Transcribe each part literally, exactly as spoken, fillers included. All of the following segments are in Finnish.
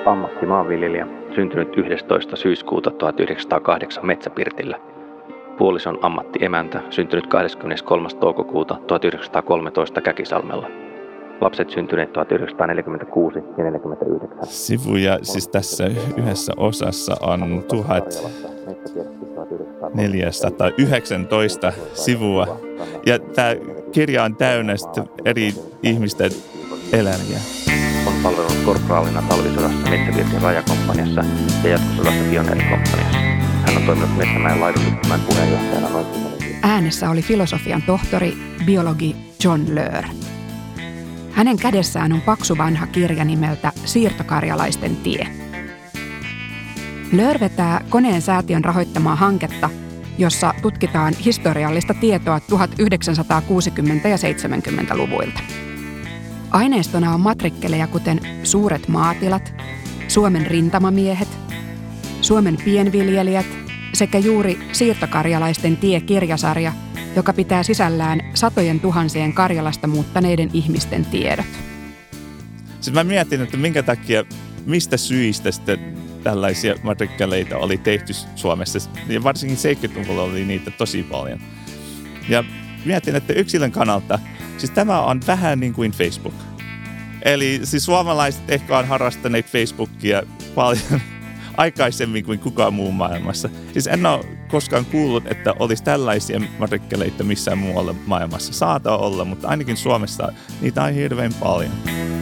Ammattimaanviljelijä, syntynyt yhdestoista syyskuuta tuhatyhdeksänsataakahdeksan Metsäpirtillä. Puolison ammattiemäntä, syntynyt kahdeskymmeneskolmas toukokuuta tuhatyhdeksänsataakolmetoista Käkisalmella. Lapset syntyneet tuhatyhdeksänsataaneljäkymmentäkuusi ja neljäkymmentäyhdeksän. Sivuja siis tässä yhdessä osassa on tuhatneljäsataayhdeksäntoista sivua. Ja tämä kirja on täynnä eri ihmisten elämiä. On palvelunut korporaalina talvisodassa Metsäpirtin rajakomppaniassa ja jatkosodassa pioneerikomppaniassa. Hän on toiminut Metsämäen laidunyhtymän puheenjohtajana noin kymmenen vuotta. Äänessä oli filosofian tohtori, biologi John Löör. Hänen kädessään on paksu vanha kirja nimeltä Siirtokarjalaisten tie. Löör vetää Koneen säätiön rahoittamaa hanketta, jossa tutkitaan historiallista tietoa tuhatyhdeksänsataakuusikymmentä- ja seitsemänkymmentäluvuilta. Aineistona on matrikkeleja kuten Suuret maatilat, Suomen rintamamiehet, Suomen pienviljelijät sekä juuri Siirtokarjalaisten tie-kirjasarja, joka pitää sisällään satojen tuhansien Karjalasta muuttaneiden ihmisten tiedot. Siis mä mietin, että minkä takia, mistä syistä sitten tällaisia matrikkeleita oli tehty Suomessa. Ja varsinkin seitsemänkymmentäluvulla oli niitä tosi paljon. Ja mietin, että yksilön kannalta, siis tämä on vähän niin kuin Facebook. Eli siis suomalaiset ehkä on harrastaneet Facebookia paljon aikaisemmin kuin kukaan muu maailmassa. Siis en ole koskaan kuullut, että olisi tällaisia matrikkeleita missään muualla maailmassa. Saattaa olla, mutta ainakin Suomessa niitä on hirveän paljon.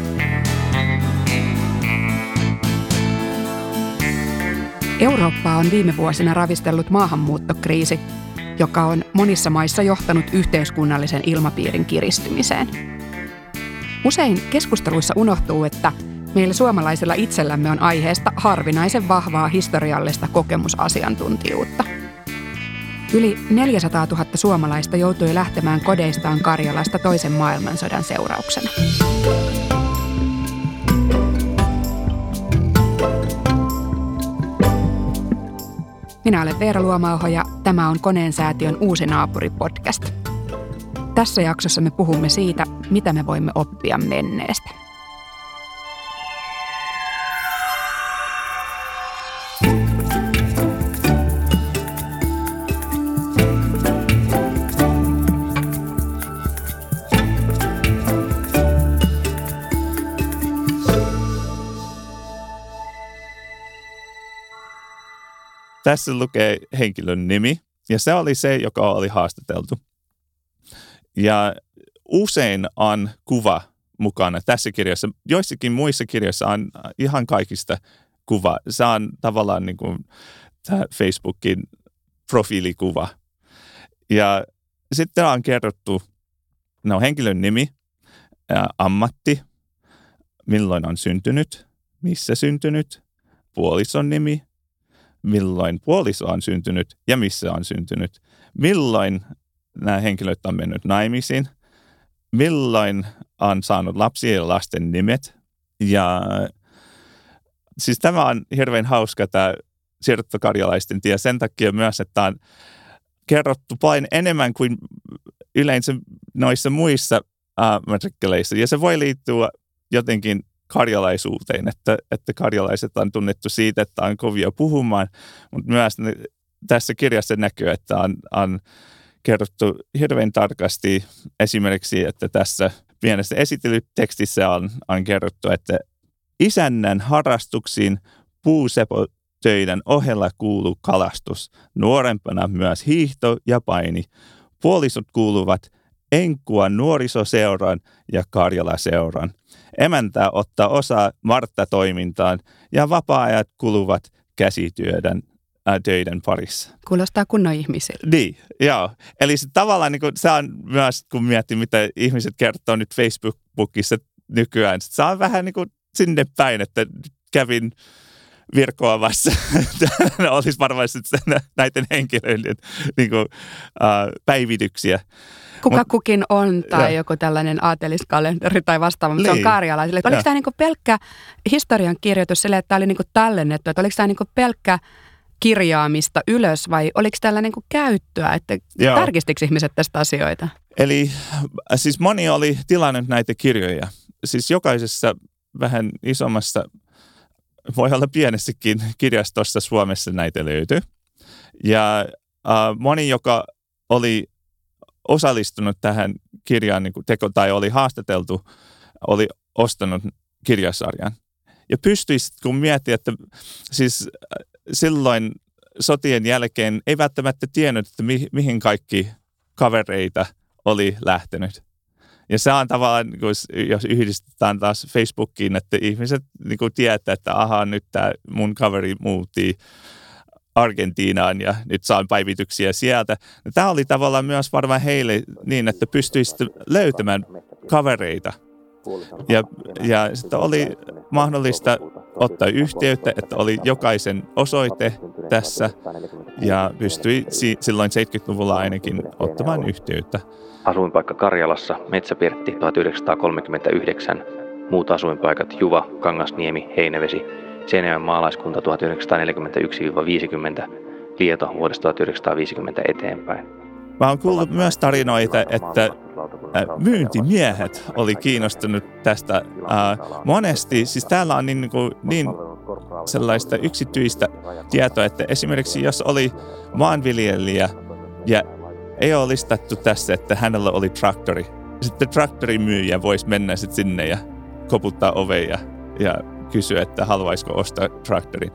Eurooppaa on viime vuosina ravistellut maahanmuuttokriisi, joka on monissa maissa johtanut yhteiskunnallisen ilmapiirin kiristymiseen. Usein keskusteluissa unohtuu, että meillä suomalaisilla itsellämme on aiheesta harvinaisen vahvaa historiallista kokemusasiantuntijuutta. Yli neljäsataatuhatta suomalaista joutui lähtemään kodeistaan Karjalasta toisen maailmansodan seurauksena. Minä olen Veera Luomauho ja tämä on Koneen säätiön Uusi naapuri-podcast. Tässä jaksossa me puhumme siitä, mitä me voimme oppia menneestä. Tässä lukee henkilön nimi, ja se oli se, joka oli haastateltu. Ja usein on kuva mukana tässä kirjassa. Joissakin muissa kirjoissa on ihan kaikista kuva. Se on tavallaan niin kuin tämä Facebookin profiilikuva. Ja sitten on kerrottu no, henkilön nimi, ammatti, milloin on syntynyt, missä syntynyt, puolison nimi, milloin puoliso on syntynyt ja missä on syntynyt, milloin nämä henkilöt on mennyt naimisiin, milloin on saanut lapsia ja lasten nimet. Ja siis tämä on hirveän hauska tämä Siirtokarjalaisten tie sen takia myös, että on kerrottu paljon enemmän kuin yleensä noissa muissa äh, matrikkeleissa. Ja se voi liittyä jotenkin karjalaisuuteen, että, että karjalaiset on tunnettu siitä, että on kovia puhumaan, mutta myös ne, tässä kirjassa näkyy, että on, on kerrottu hirveän tarkasti esimerkiksi, että tässä pienessä esittelytekstissä on, on kerrottu, että isännän harrastuksiin puusepotöiden ohella kuuluu kalastus, nuorempana myös hiihto ja paini. Puolisot kuuluvat Enkkua nuorisoseuraan ja Karjala-seuraan. Emäntä ottaa osaa Martta-toimintaan ja vapaa-ajat kuluvat käsityöden äh, töiden parissa. Kuulostaa kunnon ihmisiltä. Niin, joo. Eli se tavallaan niin kuin, se on myös, kun miettii, mitä ihmiset kertoo nyt Facebookissa nykyään, se on vähän niin kuin sinne päin, että kävin virkoamassa. Olisi varmaan näiden henkilöiden niin kuin, äh, päivityksiä. Kuka Mut, kukin on tai ja. joku tällainen aateliskalenteri tai vastaava, mutta niin. Se on karjalaisille. Oliko tämä niinku pelkkä historian kirjoitus sille, että tämä oli niinku tallennettu, että oliko tämä niinku pelkkä kirjaamista ylös vai oliko tällä niinku käyttöä, että Joo. tarkistiko ihmiset tästä asioita? Eli siis moni oli tilannut näitä kirjoja. Siis jokaisessa vähän isommassa voi olla pienessäkin kirjastossa Suomessa näitä löytyy. Ja äh, moni, joka oli osallistunut tähän kirjaan niin kuin teko tai oli haastateltu, oli ostanut kirjasarjan. Ja pystyi sitten, kun miettii, että siis silloin sotien jälkeen ei välttämättä tiennyt, että mi- mihin kaikki kavereita oli lähtenyt. Ja se on tavallaan, jos yhdistetään taas Facebookiin, että ihmiset niin kuin tietää, että aha, nyt tämä mun kaveri muutti Argentiinaan ja nyt saan päivityksiä sieltä. Tämä oli tavallaan myös varmaan heille niin, että pystyisi löytämään kavereita. Ja, ja sitten oli mahdollista ottaa yhteyttä, että oli jokaisen osoite tässä ja pystyi si- silloin seitsemänkymmentäluvulla ainakin ottamaan yhteyttä. Asuinpaikka Karjalassa, Metsäpirtti tuhatyhdeksänsataakolmekymmentäyhdeksän, muut asuinpaikat Juva, Kangasniemi, Heinävesi, Seinäjoen maalaiskunta tuhatyhdeksänsataaneljäkymmentäyksi viisikymmentä, Lieto vuodesta tuhatyhdeksänsataaviisikymmentä eteenpäin. Mä oon kuullut myös tarinoita, että myyntimiehet oli kiinnostunut tästä äh, monesti. Siis täällä on niin, niin, niin sellaista yksityistä tietoa, että esimerkiksi jos oli maanviljelijä ja ei ole listattu tässä, että hänellä oli traktori. Sitten traktorimyyjä voisi mennä sitten sinne ja koputtaa oveen ja, ja kysyä, että haluaisiko ostaa traktorin.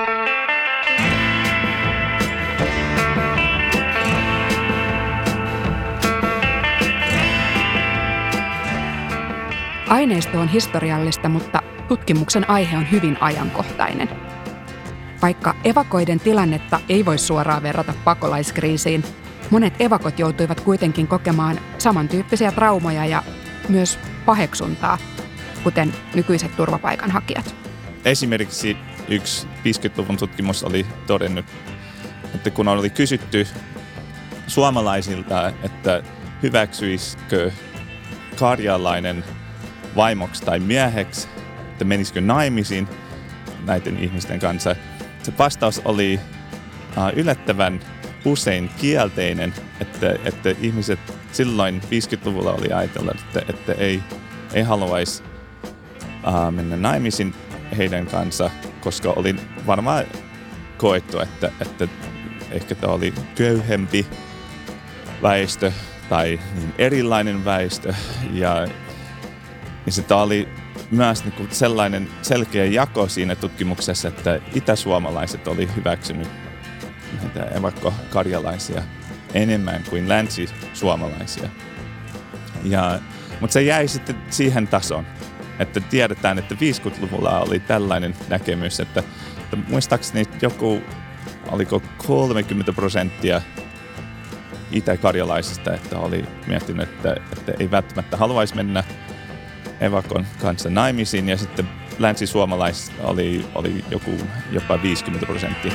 Aineisto on historiallista, mutta tutkimuksen aihe on hyvin ajankohtainen. Vaikka evakoiden tilannetta ei voi suoraan verrata pakolaiskriisiin, monet evakot joutuivat kuitenkin kokemaan samantyyppisiä traumoja ja myös paheksuntaa, kuten nykyiset turvapaikanhakijat. Esimerkiksi yksi viisikymmentäluvun tutkimus oli todennut, että kun oli kysytty suomalaisilta, että hyväksyisikö karjalainen vaimoksi tai mieheksi, että menisikö naimisiin näiden ihmisten kanssa, se vastaus oli yllättävän usein kielteinen, että, että ihmiset silloin viisikymmentäluvulla oli ajatellut, että, että ei, ei haluaisi uh, mennä naimisiin heidän kanssa, koska oli varmaan koettu, että, että ehkä tämä oli köyhempi väestö tai niin erilainen väestö. Ja, ja sitten oli myös niin kuin sellainen selkeä jako siinä tutkimuksessa, että itäsuomalaiset oli hyväksynyt näitä evakkokarjalaisia enemmän kuin länsisuomalaisia. Ja, mutta se jäi sitten siihen tasoon, että tiedetään, että viisikymmentäluvulla oli tällainen näkemys, että, että muistaakseni joku, oliko kolmekymmentä prosenttia itäkarjalaisista, että oli miettinyt, että, että ei välttämättä haluaisi mennä evakon kanssa naimisiin, ja sitten länsisuomalaiset oli, oli joku jopa viisikymmentä prosenttia.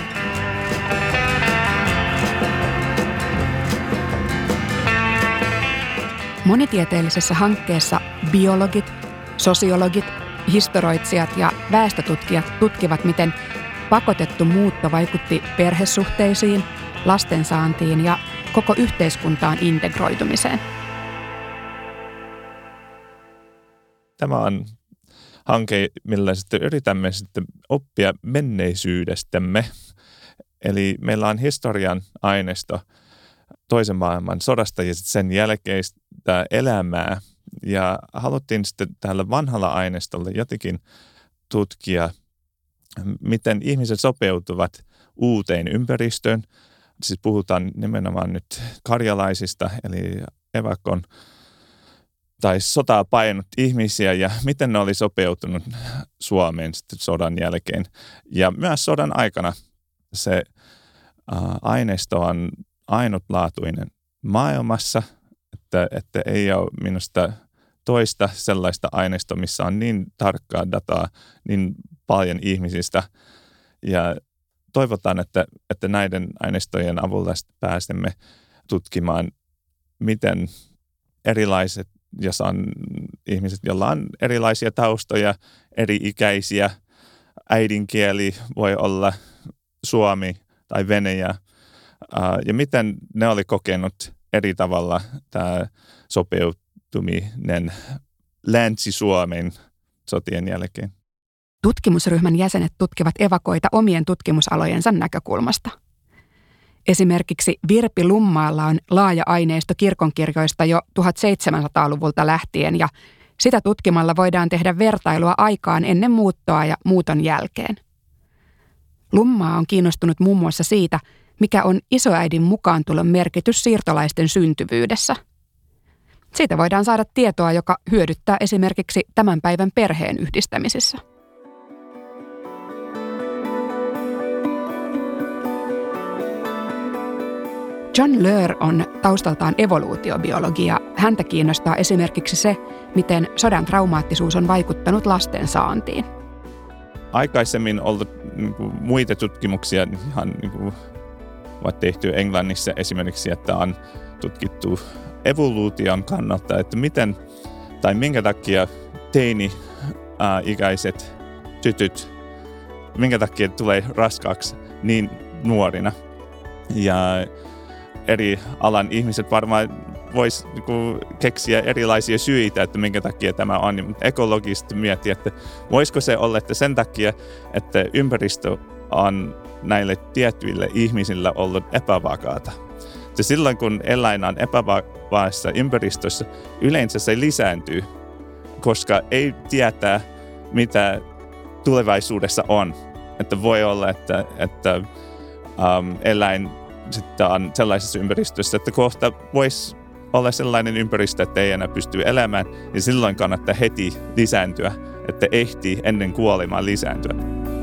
Monitieteellisessä hankkeessa biologit, sosiologit, historioitsijat ja väestötutkijat tutkivat, miten pakotettu muutto vaikutti perhesuhteisiin, lastensaantiin ja koko yhteiskuntaan integroitumiseen. Tämä on hanke, millä sitten yritämme sitten oppia menneisyydestämme. Eli meillä on historian aineisto toisen maailman sodasta ja sen jälkeistä elämää. Ja haluttiin sitten tällä vanhalla aineistolla jotenkin tutkia, miten ihmiset sopeutuvat uuteen ympäristöön. Siis puhutaan nimenomaan nyt karjalaisista, eli evakon tai sotaa painut ihmisiä ja miten ne oli sopeutunut Suomeen sitten sodan jälkeen. Ja myös sodan aikana se äh, aineisto on ainutlaatuinen maailmassa, että, että ei ole minusta toista sellaista aineistoa, missä on niin tarkkaa dataa niin paljon ihmisistä. Ja toivotaan, että, että näiden aineistojen avulla pääsemme tutkimaan, miten erilaiset, jos on ihmiset, joilla on erilaisia taustoja, eri-ikäisiä, äidinkieli voi olla suomi tai venäjä, ja miten ne oli kokenut eri tavalla tämä sopeutuminen Länsi-Suomen sotien jälkeen. Tutkimusryhmän jäsenet tutkivat evakoita omien tutkimusalojensa näkökulmasta. Esimerkiksi Virpi Lummaalla on laaja aineisto kirkonkirjoista jo tuhatseitsemänsataaluvulta lähtien ja sitä tutkimalla voidaan tehdä vertailua aikaan ennen muuttoa ja muuton jälkeen. Lummaa on kiinnostunut muun muassa siitä, mikä on isoäidin mukaantulon merkitys siirtolaisten syntyvyydessä. Siitä voidaan saada tietoa, joka hyödyttää esimerkiksi tämän päivän perheen yhdistämisissä. John Löhr on taustaltaan evoluutiobiologi ja häntä kiinnostaa esimerkiksi se, miten sodan traumaattisuus on vaikuttanut lasten saantiin. Aikaisemmin ollut niin kuin, muita tutkimuksia ihan niin kuin, on tehty Englannissa esimerkiksi, että on tutkittu evoluution kannalta, että miten tai minkä takia teini-ikäiset tytöt, minkä takia tulee raskaaksi niin nuorina. Ja eri alan ihmiset varmaan vois niinku keksiä erilaisia syitä, että minkä takia tämä on. Mutta ekologisesti miettiä, että voisiko se olla, että sen takia, että ympäristö on näille tietyille ihmisillä ollut epävakaata. Ja silloin, kun eläin on epävakaassa ympäristössä, yleensä se lisääntyy, koska ei tietää, mitä tulevaisuudessa on. Että voi olla, että, että um, eläin sitten on sellaisessa ympäristössä, että kohta voisi olla sellainen ympäristö, että ei enää pysty elämään, ja silloin kannattaa heti lisääntyä, että ehtii ennen kuolemaa lisääntyä.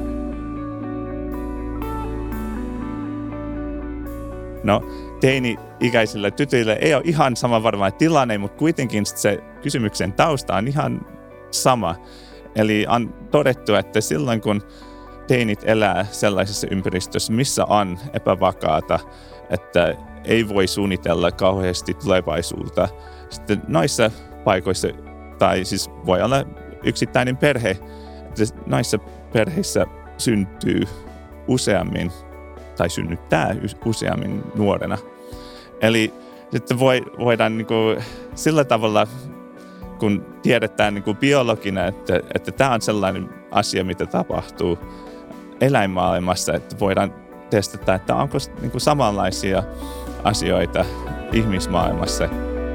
No, teini-ikäisillä tytöillä ei ole ihan sama varmaan tilanne, mutta kuitenkin se kysymyksen tausta on ihan sama. Eli on todettu, että silloin kun teinit elää sellaisessa ympäristössä, missä on epävakaata, että ei voi suunnitella kauheasti tulevaisuutta. Sitten noissa paikoissa, tai siis voi olla yksittäinen perhe, että noissa perheissä syntyy useammin, tai synnyttää useammin nuorena. Eli sitten voi, voidaan niin kuin sillä tavalla, kun tiedetään niin kuin biologina, että, että tämä on sellainen asia, mitä tapahtuu eläinmaailmassa, että voidaan testata, että onko niin kuin samanlaisia asioita ihmismaailmassa.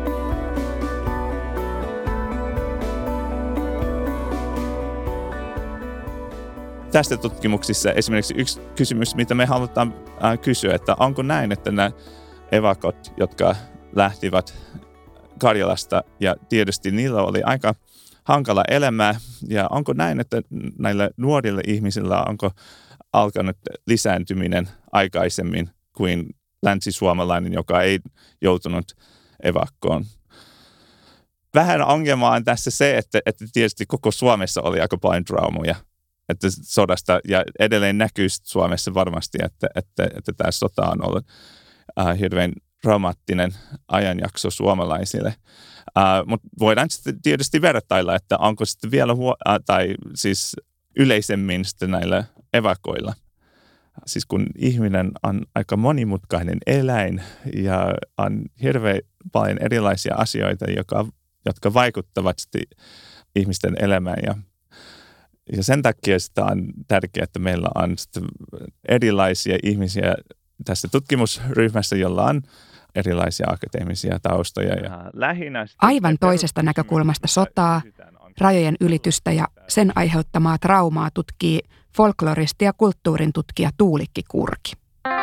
Tästä tutkimuksissa esimerkiksi yksi kysymys, mitä me halutaan kysyä, että onko näin, että nämä evakot, jotka lähtivät Karjalasta ja tietysti niillä oli aika hankala elämää, ja onko näin, että näillä nuorilla ihmisillä onko alkanut lisääntyminen aikaisemmin kuin länsisuomalainen, joka ei joutunut evakkoon. Vähän ongelmaa on tässä se, että, että tietysti koko Suomessa oli aika paljon traumoja että sodasta, ja edelleen näkyy Suomessa varmasti, että, että, että tämä sota on ollut äh, hirveän traumaattinen ajanjakso suomalaisille. Uh, mutta voidaan sitten tietysti vertailla, että onko sitten vielä huo- uh, tai siis yleisemmin sitten näillä evakoilla. Siis kun ihminen on aika monimutkainen eläin ja on hirveän paljon erilaisia asioita, joka, jotka vaikuttavat sitten ihmisten elämään. Ja, ja sen takia sitä on tärkeää, että meillä on sitten erilaisia ihmisiä tässä tutkimusryhmässä, jolla on erilaisia akateemisia taustoja. Ja aivan toisesta näkökulmasta sotaa, rajojen ylitystä ja sen aiheuttamaa traumaa tutkii folkloristi ja kulttuurin tutkija Tuulikki Kurki.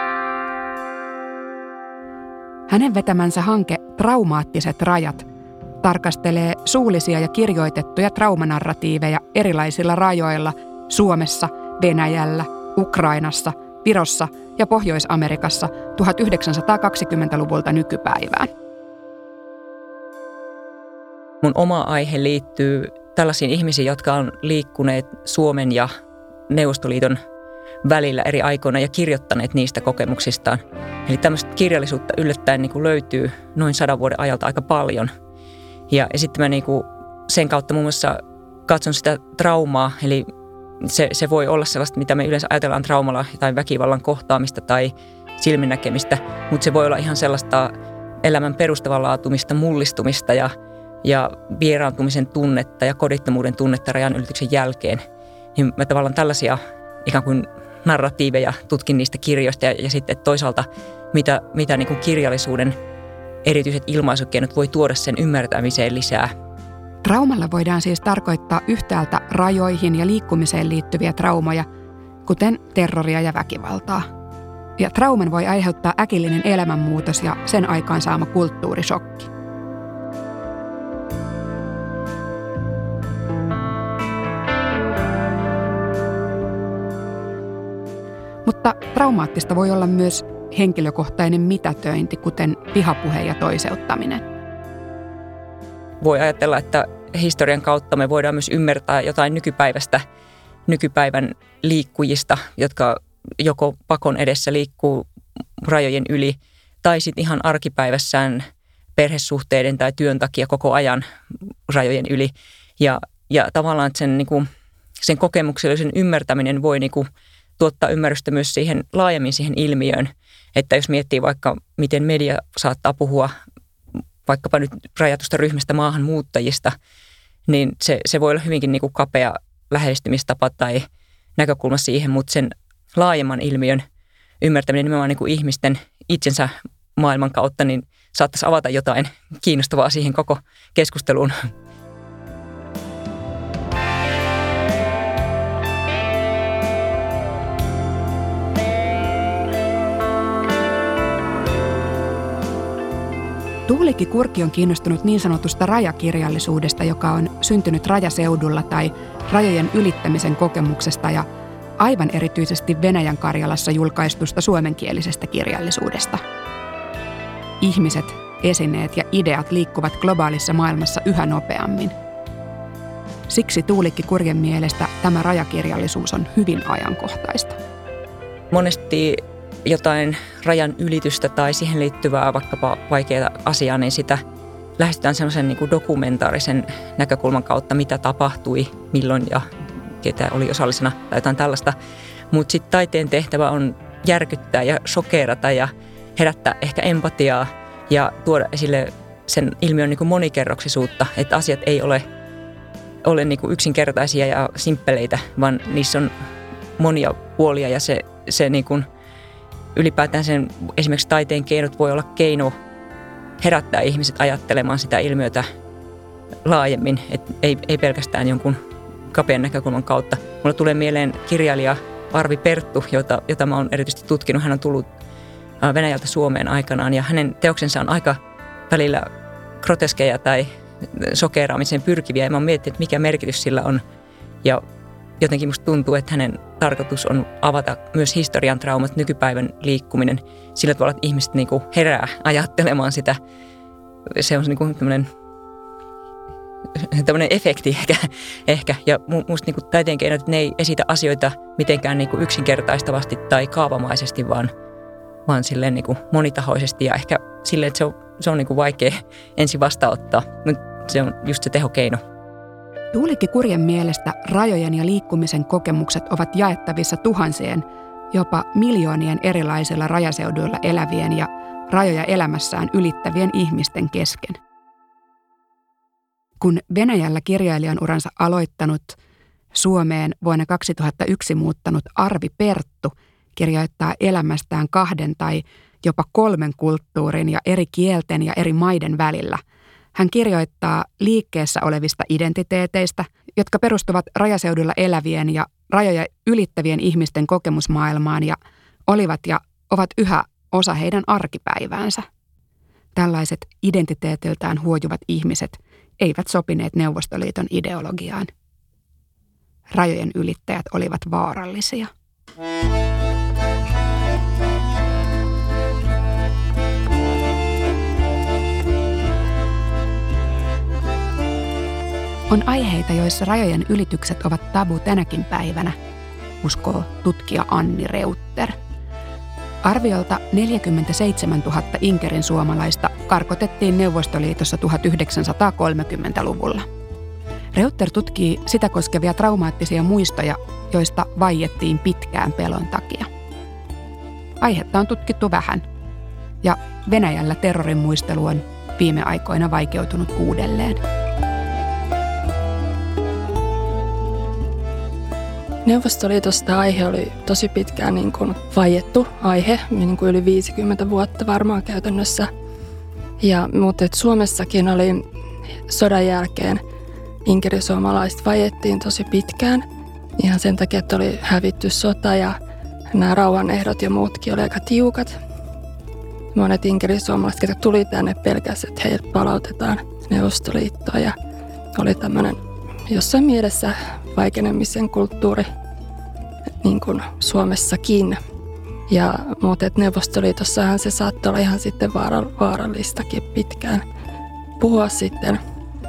Hänen vetämänsä hanke Traumaattiset rajat tarkastelee suullisia ja kirjoitettuja traumanarratiiveja erilaisilla rajoilla Suomessa, Venäjällä, Ukrainassa, Virossa ja Pohjois-Amerikassa tuhatyhdeksänsataakaksikymmentäluvulta nykypäivään. Mun oma aihe liittyy tällaisiin ihmisiin, jotka on liikkuneet Suomen ja Neuvostoliiton välillä eri aikoina ja kirjoittaneet niistä kokemuksistaan. Eli tämmöistä kirjallisuutta yllättäen niin kuin löytyy noin sadan vuoden ajalta aika paljon. Ja, ja sitten mä niin kuin sen kautta muun muassa katson sitä traumaa, eli se, se voi olla sellaista, mitä me yleensä ajatellaan traumalla tai väkivallan kohtaamista tai silminnäkemistä, mutta se voi olla ihan sellaista elämän perustavanlaatumista, mullistumista ja, ja vieraantumisen tunnetta ja kodittomuuden tunnetta rajan ylityksen jälkeen. Niin mä tavallaan tällaisia ikään kuin narratiiveja tutkin niistä kirjoista ja, ja sitten toisaalta mitä, mitä niin kuin kirjallisuuden erityiset ilmaisukeinot voi tuoda sen ymmärtämiseen lisää. Traumalla voidaan siis tarkoittaa yhtäältä rajoihin ja liikkumiseen liittyviä traumoja, kuten terroria ja väkivaltaa. Ja trauman voi aiheuttaa äkillinen elämänmuutos ja sen aikaansaama kulttuurishokki. Mutta traumaattista voi olla myös henkilökohtainen mitätöinti, kuten vihapuhe ja toiseuttaminen. Voi ajatella, että historian kautta me voidaan myös ymmärtää jotain nykypäivästä, nykypäivän liikkujista, jotka joko pakon edessä liikkuu rajojen yli tai sitten ihan arkipäivässään perhesuhteiden tai työn takia koko ajan rajojen yli. Ja, ja tavallaan sen, niin kuin, sen kokemuksellisen ymmärtäminen voi niin kuin, tuottaa ymmärrystä myös siihen laajemmin siihen ilmiöön. Että jos miettii vaikka, miten media saattaa puhua vaikkapa nyt rajatusta ryhmästä maahanmuuttajista, niin se, se voi olla hyvinkin niin kuin kapea lähestymistapa tai näkökulma siihen, mutta sen laajemman ilmiön ymmärtäminen nimenomaan niin kuin ihmisten itsensä maailman kautta, niin saattaisi avata jotain kiinnostavaa siihen koko keskusteluun. Tuulikki Kurki on kiinnostunut niin sanotusta rajakirjallisuudesta, joka on syntynyt rajaseudulla tai rajojen ylittämisen kokemuksesta ja aivan erityisesti Venäjän Karjalassa julkaistusta suomenkielisestä kirjallisuudesta. Ihmiset, esineet ja ideat liikkuvat globaalissa maailmassa yhä nopeammin. Siksi Tuulikki Kurjen mielestä tämä rajakirjallisuus on hyvin ajankohtaista. Monesti jotain rajan ylitystä tai siihen liittyvää vaikkapa vaikeaa asiaa, niin sitä lähestytään sellaisen niin kuin dokumentaarisen näkökulman kautta, mitä tapahtui, milloin ja ketä oli osallisena tai jotain tällaista. Mutta sitten taiteen tehtävä on järkyttää ja shokeerata ja herättää ehkä empatiaa ja tuoda esille sen ilmiön niin kuin monikerroksisuutta, että asiat ei ole, ole niin kuin yksinkertaisia ja simppeleitä, vaan niissä on monia puolia ja se, se niin kuin ylipäätään sen esimerkiksi taiteen keinot voi olla keino herättää ihmiset ajattelemaan sitä ilmiötä laajemmin, et ei, ei pelkästään jonkun kapean näkökulman kautta. Mulla tulee mieleen kirjailija Arvi Perttu, jota, jota mä oon erityisesti tutkinut. Hän on tullut Venäjältä Suomeen aikanaan ja hänen teoksensa on aika välillä groteskeja tai sokeeraamiseen pyrkiviä. Ja mä oon miettinyt, mikä merkitys sillä on. Ja jotenkin musta tuntuu, että hänen tarkoitus on avata myös historian traumat, nykypäivän liikkuminen sillä tavalla, että ihmiset niin kuin herää ajattelemaan sitä. Se on niin kuin tämmöinen, tämmöinen efekti ehkä. ehkä. Ja musta niin kuin taiteen keinot, että ne ei esitä asioita mitenkään niin kuin yksinkertaistavasti tai kaavamaisesti, vaan, vaan silleen niin kuin monitahoisesti ja ehkä silleen, että se on, se on niin kuin vaikea ensin vastaanottaa. Mutta se on just se tehokeino. Tuulikki Kurjen mielestä rajojen ja liikkumisen kokemukset ovat jaettavissa tuhansien, jopa miljoonien erilaisilla rajaseuduilla elävien ja rajoja elämässään ylittävien ihmisten kesken. Kun Venäjällä kirjailijan uransa aloittanut, Suomeen vuonna kaksituhattayksi muuttanut Arvi Perttu kirjoittaa elämästään kahden tai jopa kolmen kulttuurin ja eri kielten ja eri maiden välillä. Hän kirjoittaa liikkeessä olevista identiteeteistä, jotka perustuvat rajaseudulla elävien ja rajoja ylittävien ihmisten kokemusmaailmaan ja olivat ja ovat yhä osa heidän arkipäiväänsä. Tällaiset identiteetiltään huojuvat ihmiset eivät sopineet Neuvostoliiton ideologiaan. Rajojen ylittäjät olivat vaarallisia. On aiheita, joissa rajojen ylitykset ovat tabu tänäkin päivänä, uskoo tutkija Anni Reutter. Arviolta neljäkymmentäseitsemäntuhatta Inkerin suomalaista karkotettiin Neuvostoliitossa tuhatyhdeksänsataakolmekymmentäluvulla. Reutter tutkii sitä koskevia traumaattisia muistoja, joista vaiettiin pitkään pelon takia. Aihetta on tutkittu vähän, ja Venäjällä terrorin muistelu on viime aikoina vaikeutunut uudelleen. Neuvostoliitossa tämä aihe oli tosi pitkään niin kuin vaiettu aihe, niin kuin yli viisikymmentä vuotta varmaan käytännössä. Ja, mutta Suomessakin oli sodan jälkeen inkerisuomalaiset vaiettiin tosi pitkään. Ihan sen takia, että oli hävitty sota ja nämä rauhanehdot ja muutkin oli aika tiukat. Monet inkerisuomalaiset, jotka tuli tänne, pelkäsivät, että heidät palautetaan Neuvostoliittoon. Ja oli tämmöinen jossain mielessä vaikenemisen kulttuuri niin kuin Suomessakin. Ja muuten Neuvostoliitossahan se saattoi olla ihan sitten vaarallistakin pitkään puhua sitten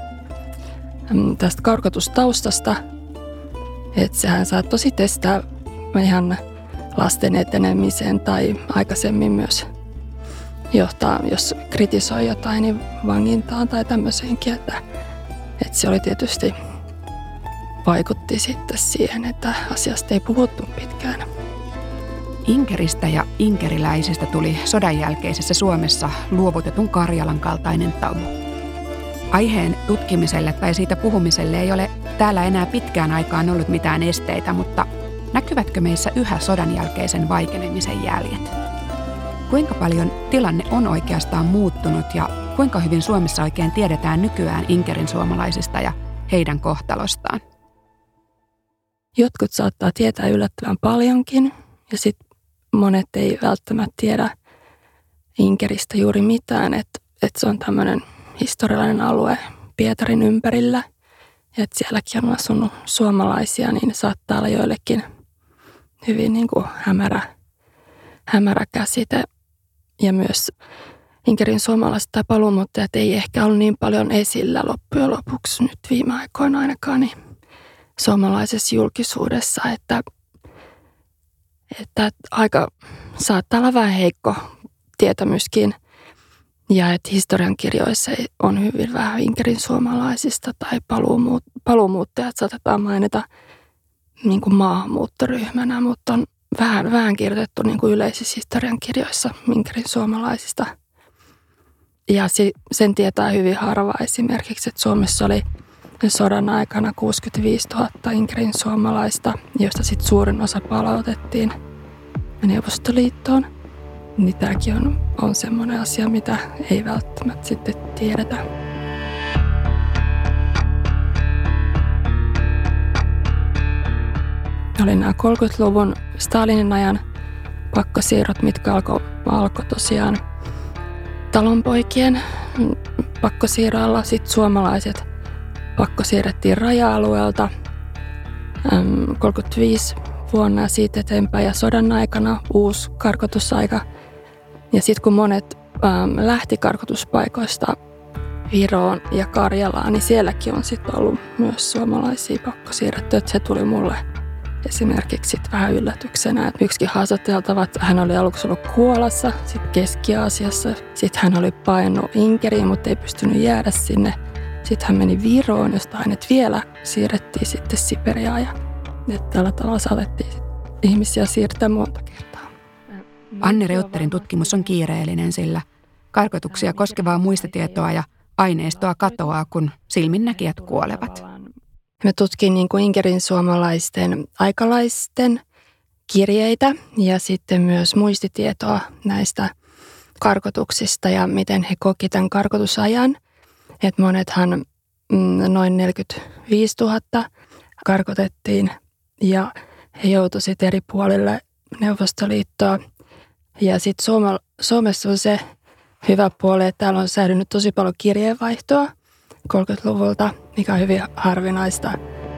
tästä karkotustaustasta. Että sehän saattoi sitten estää ihan lasten etenemiseen tai aikaisemmin myös johtaa, jos kritisoi jotain, niin vangintaan tai tämmöiseenkin. Että, että se oli tietysti vaikutti sitten siihen, että asiasta ei puhuttu pitkään. Inkeristä ja inkeriläisistä tuli sodan jälkeisessä Suomessa luovutetun Karjalan kaltainen tabu. Aiheen tutkimiselle tai siitä puhumiselle ei ole täällä enää pitkään aikaan ollut mitään esteitä, mutta näkyvätkö meissä yhä sodan jälkeisen vaikenemisen jäljet? Kuinka paljon tilanne on oikeastaan muuttunut ja kuinka hyvin Suomessa oikein tiedetään nykyään inkerin suomalaisista ja heidän kohtalostaan? Jotkut saattaa tietää yllättävän paljonkin ja sitten monet ei välttämättä tiedä Inkeristä juuri mitään, että et se on tämmöinen historiallinen alue Pietarin ympärillä ja että sielläkin on asunut suomalaisia, niin saattaa olla joillekin hyvin niin kuin hämärä, hämärä käsite. Ja myös Inkerin suomalaiset tai paluumuuttajat ei ehkä ollut niin paljon esillä loppujen lopuksi nyt viime aikoina ainakaan niin suomalaisessa julkisuudessa, että, että aika saattaa olla vähän heikko tietämyskin ja että historiankirjoissa on hyvin vähän Inkerin suomalaisista tai paluumuut, paluumuuttajat saatetaan mainita niin kuin maahanmuuttoryhmänä, mutta on vähän, vähän kirjoitettu niin kuin yleisissä historiankirjoissa Inkerin suomalaisista. Ja sen tietää hyvin harva esimerkiksi, että Suomessa oli sodan aikana kuusikymmentäviisituhatta Inkerin suomalaista, joista sitten suurin osa palautettiin Neuvostoliittoon. Niin tämäkin on, on semmoinen asia, mitä ei välttämättä sitten tiedetä. Oli nämä kolmekymmentäluvun Stalinin ajan pakkosiirrot, mitkä alkoi alko tosiaan talonpoikien pakkosiirroilla. Sitten suomalaiset pakkosiirrettiin raja-alueelta kolmekymmentäviisi vuonna ja siitä eteenpäin ja sodan aikana uusi karkotusaika. Ja sitten kun monet äm, lähti karkotuspaikoista Viroon ja Karjalaan, niin sielläkin on sitten ollut myös suomalaisia pakkosiirrettyjä. Se tuli mulle esimerkiksi sit vähän yllätyksenä, että yksikin haastateltava, että hän oli aluksi ollut Kuolassa, sitten Keski-Aasiassa. Sitten hän oli painut Inkeriin, mutta ei pystynyt jäädä sinne. Sitten hän meni Viroon, josta hänet vielä siirrettiin sitten Siperiaan. Ja tällä tavalla saatettiin ihmisiä siirtää monta kertaa. Anne Reutterin tutkimus on kiireellinen, sillä karkotuksia koskevaa muistitietoa ja aineistoa katoaa, kun silminnäkijät kuolevat. Me tutkin niin kuin Inkerin suomalaisten aikalaisten kirjeitä ja sitten myös muistitietoa näistä karkotuksista ja miten he koki tämän karkotusajan. Et monethan noin neljäkymmentäviisituhatta karkotettiin ja he joutuivat eri puolille Neuvostoliittoa. Ja sitten Suomessa on se hyvä puoli, että täällä on säilynyt tosi paljon kirjeenvaihtoa kolmekymmentäluvulta, mikä on hyvin harvinaista.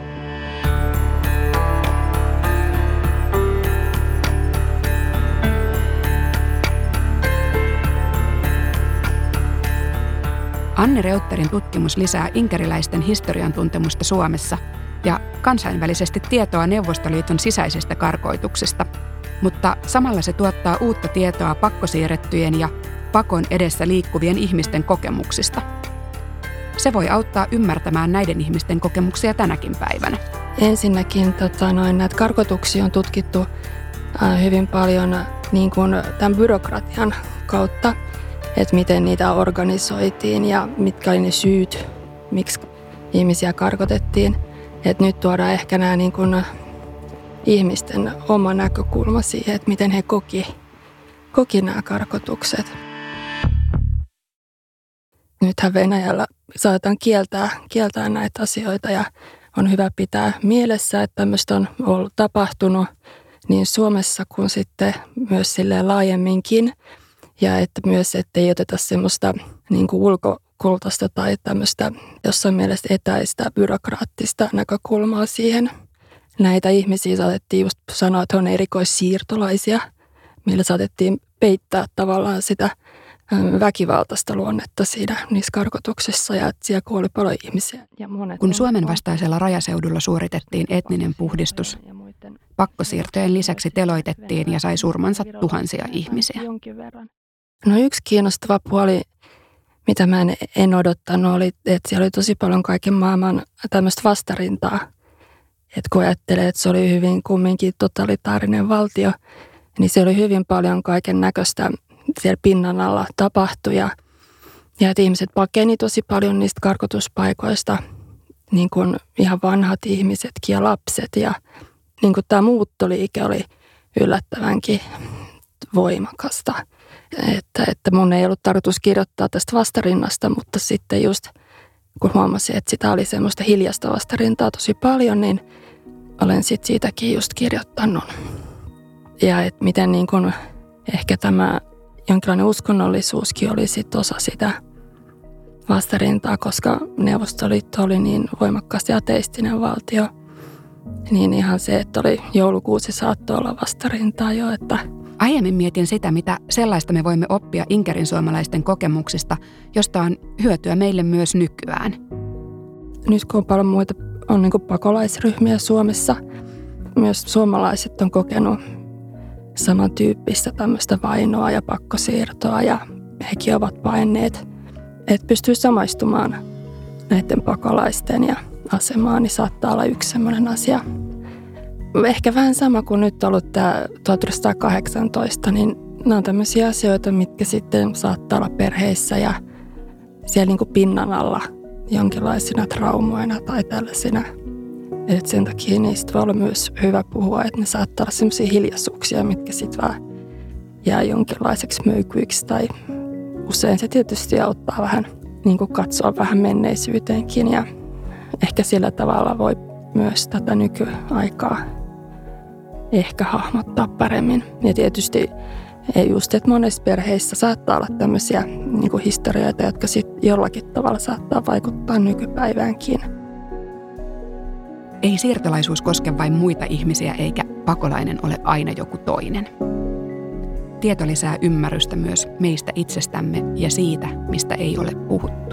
Anne Reutterin tutkimus lisää inkeriläisten historian tuntemusta Suomessa ja kansainvälisesti tietoa Neuvostoliiton sisäisestä karkoituksesta, mutta samalla se tuottaa uutta tietoa pakkosiirrettyjen ja pakon edessä liikkuvien ihmisten kokemuksista. Se voi auttaa ymmärtämään näiden ihmisten kokemuksia tänäkin päivänä. Ensinnäkin tota, noin, näitä karkotuksia on tutkittu äh, hyvin paljon niin kuin tämän byrokratian kautta, että miten niitä organisoitiin ja mitkä oli ne syyt, miksi ihmisiä karkotettiin. Et nyt tuodaan ehkä nämä niin kuin ihmisten oma näkökulma siihen, että miten he koki, koki nämä karkotukset. Nythän Venäjällä saatetaan kieltää, kieltää näitä asioita ja on hyvä pitää mielessä, että tämmöistä on ollut tapahtunut niin Suomessa kuin sitten myös silleen laajemminkin. Ja että myös, että ei oteta semmoista niin kuin ulkokultaista tai tämmöistä jossain mielessä etäistä byrokraattista näkökulmaa siihen. Näitä ihmisiä saatettiin just sanoa, että on erikoissiirtolaisia, millä saatettiin peittää tavallaan sitä väkivaltaista luonnetta siinä niissä karkotuksissa ja että siellä kuoli paljon ihmisiä. Ja kun Suomen vastaisella rajaseudulla suoritettiin etninen puhdistus, pakkosiirtojen lisäksi teloitettiin ja sai surmansa tuhansia ihmisiä. No yksi kiinnostava puoli, mitä mä en, en odottanut, oli, että siellä oli tosi paljon kaiken maailman tämmöistä vastarintaa. Että kun ajattelee, että se oli hyvin kumminkin totalitaarinen valtio, niin se oli hyvin paljon kaiken näköistä siellä pinnan alla tapahtui. Ja, ja että ihmiset pakeni tosi paljon niistä karkotuspaikoista, niin kuin ihan vanhat ihmisetkin ja lapset. Ja niin kuin tämä muuttoliike oli yllättävänkin voimakasta. Että, että mun ei ollut tarkoitus kirjoittaa tästä vastarinnasta, mutta sitten just kun huomasin, että sitä oli semmoista hiljasta vastarintaa tosi paljon, niin olen sitten siitäkin just kirjoittanut. Ja että miten niin kun ehkä tämä jonkinlainen uskonnollisuuskin oli sitten osa sitä vastarintaa, koska Neuvostoliitto oli niin voimakkaasti ateistinen valtio. Niin ihan se, että oli joulukuusi saattoi olla vastarintaa jo, että aiemmin mietin sitä, mitä sellaista me voimme oppia Inkerin suomalaisten kokemuksista, josta on hyötyä meille myös nykyään. Nyt kun on paljon muita on niin kuin pakolaisryhmiä Suomessa, myös suomalaiset on kokenut samantyyppistä tämmöistä vainoa ja pakkosiirtoa ja hekin ovat paineet, että pystyy samaistumaan näiden pakolaisten ja asemaan, niin saattaa olla yksi semmoinen asia. Ehkä vähän sama kuin nyt on ollut tämä tuhatyhdeksänsataakahdeksantoista, niin nämä on tämmöisiä asioita, mitkä sitten saattaa olla perheissä ja siellä niin kuin pinnan alla jonkinlaisina traumoina tai tällaisina. Et sen takia niistä voi olla myös hyvä puhua, että ne saattaa olla semmoisia hiljaisuuksia, mitkä sitten vaan jää jonkinlaiseksi möykyiksi. Tai usein se tietysti auttaa vähän niin kuin katsoa vähän menneisyyteenkin ja ehkä sillä tavalla voi myös tätä nykyaikaa ehkä hahmottaa paremmin. Ja tietysti just, että monissa perheissä saattaa olla tämmöisiä niin kuin historioita, jotka sitten jollakin tavalla saattaa vaikuttaa nykypäiväänkin. Ei siirtolaisuus koske vain muita ihmisiä eikä pakolainen ole aina joku toinen. Tieto lisää ymmärrystä myös meistä itsestämme ja siitä, mistä ei ole puhuttu.